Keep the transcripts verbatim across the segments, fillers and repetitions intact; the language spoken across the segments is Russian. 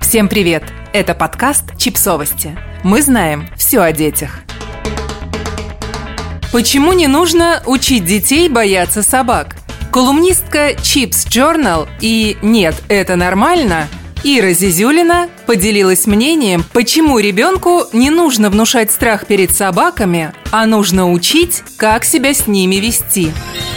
Всем привет! Это подкаст «Чипсовости». Мы знаем все о детях. Почему не нужно учить детей бояться собак? Колумнистка Chips Journal и «Нет, это нормально» Ира Зизюлина поделилась мнением, почему ребенку не нужно внушать страх перед собаками, а нужно учить, как себя с ними вести.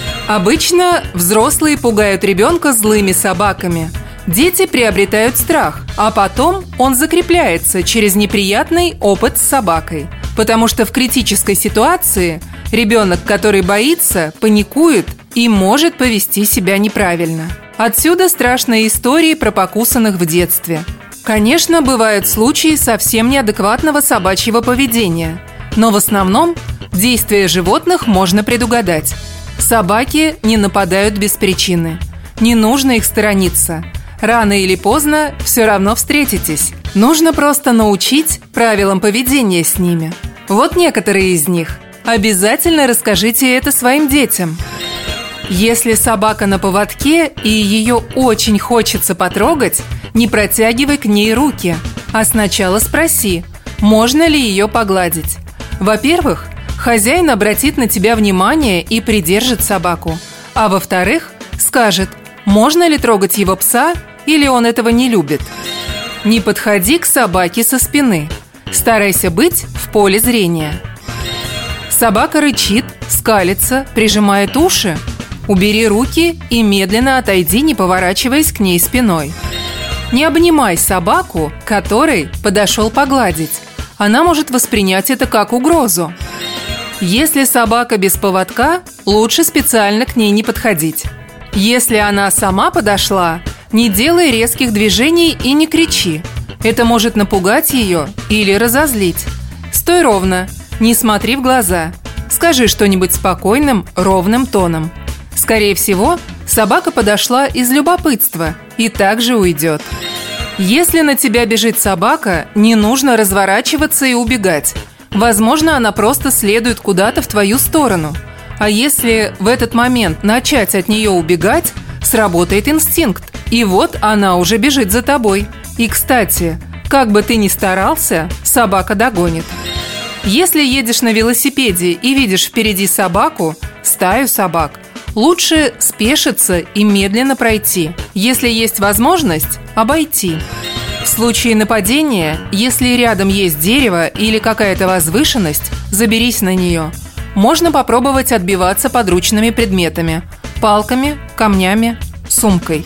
Обычно взрослые пугают ребенка злыми собаками. Дети приобретают страх, а потом он закрепляется через неприятный опыт с собакой. Потому что в критической ситуации ребенок, который боится, паникует и может повести себя неправильно. Отсюда страшные истории про покусанных в детстве. Конечно, бывают случаи совсем неадекватного собачьего поведения, но в основном действия животных можно предугадать. Собаки не нападают без причины. Не нужно их сторониться. Рано или поздно все равно встретитесь. Нужно просто научить правилам поведения с ними. Вот некоторые из них. Обязательно расскажите это своим детям. Если собака на поводке и ее очень хочется потрогать, не протягивай к ней руки, а сначала спроси, можно ли ее погладить. Во-первых, хозяин обратит на тебя внимание и придержит собаку. А во-вторых, скажет, можно ли трогать его пса или он этого не любит. Не подходи к собаке со спины. Старайся быть в поле зрения. Собака рычит, скалится, прижимает уши. Убери руки и медленно отойди, не поворачиваясь к ней спиной. Не обнимай собаку, которой подошел погладить. Она может воспринять это как угрозу. Если собака без поводка, лучше специально к ней не подходить. Если она сама подошла, не делай резких движений и не кричи. Это может напугать ее или разозлить. Стой ровно, не смотри в глаза. Скажи что-нибудь спокойным, ровным тоном. Скорее всего, собака подошла из любопытства и также уйдет. Если на тебя бежит собака, не нужно разворачиваться и убегать. Возможно, она просто следует куда-то в твою сторону. А если в этот момент начать от нее убегать, сработает инстинкт. И вот она уже бежит за тобой. И, кстати, как бы ты ни старался, собака догонит. Если едешь на велосипеде и видишь впереди собаку, стаю собак, лучше спешиться и медленно пройти. Если есть возможность, обойти. В случае нападения, если рядом есть дерево или какая-то возвышенность, заберись на нее. Можно попробовать отбиваться подручными предметами – палками, камнями, сумкой.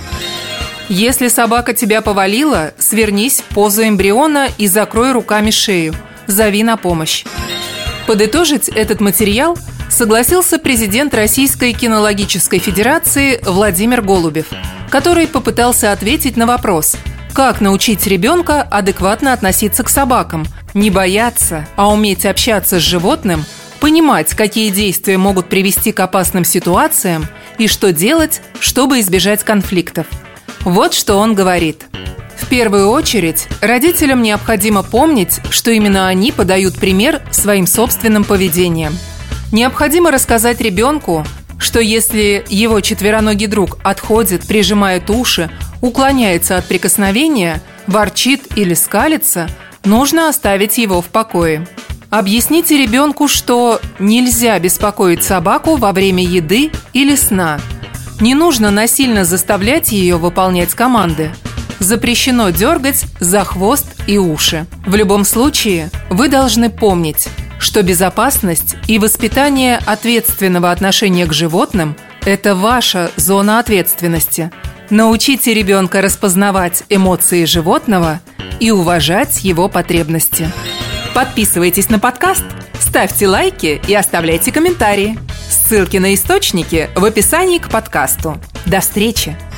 Если собака тебя повалила, свернись в позу эмбриона и закрой руками шею. Зови на помощь. Подытожить этот материал согласился президент Российской кинологической федерации Владимир Голубев, который попытался ответить на вопрос, как научить ребенка адекватно относиться к собакам, не бояться, а уметь общаться с животным, понимать, какие действия могут привести к опасным ситуациям и что делать, чтобы избежать конфликтов. Вот что он говорит. В первую очередь, родителям необходимо помнить, что именно они подают пример своим собственным поведением. Необходимо рассказать ребенку, что если его четвероногий друг отходит, прижимает уши, уклоняется от прикосновения, ворчит или скалится, нужно оставить его в покое. Объясните ребенку, что нельзя беспокоить собаку во время еды или сна. Не нужно насильно заставлять ее выполнять команды. Запрещено дергать за хвост и уши. В любом случае, вы должны помнить, что безопасность и воспитание ответственного отношения к животным – это ваша зона ответственности. Научите ребенка распознавать эмоции животного и уважать его потребности. Подписывайтесь на подкаст, ставьте лайки и оставляйте комментарии. Ссылки на источники в описании к подкасту. До встречи!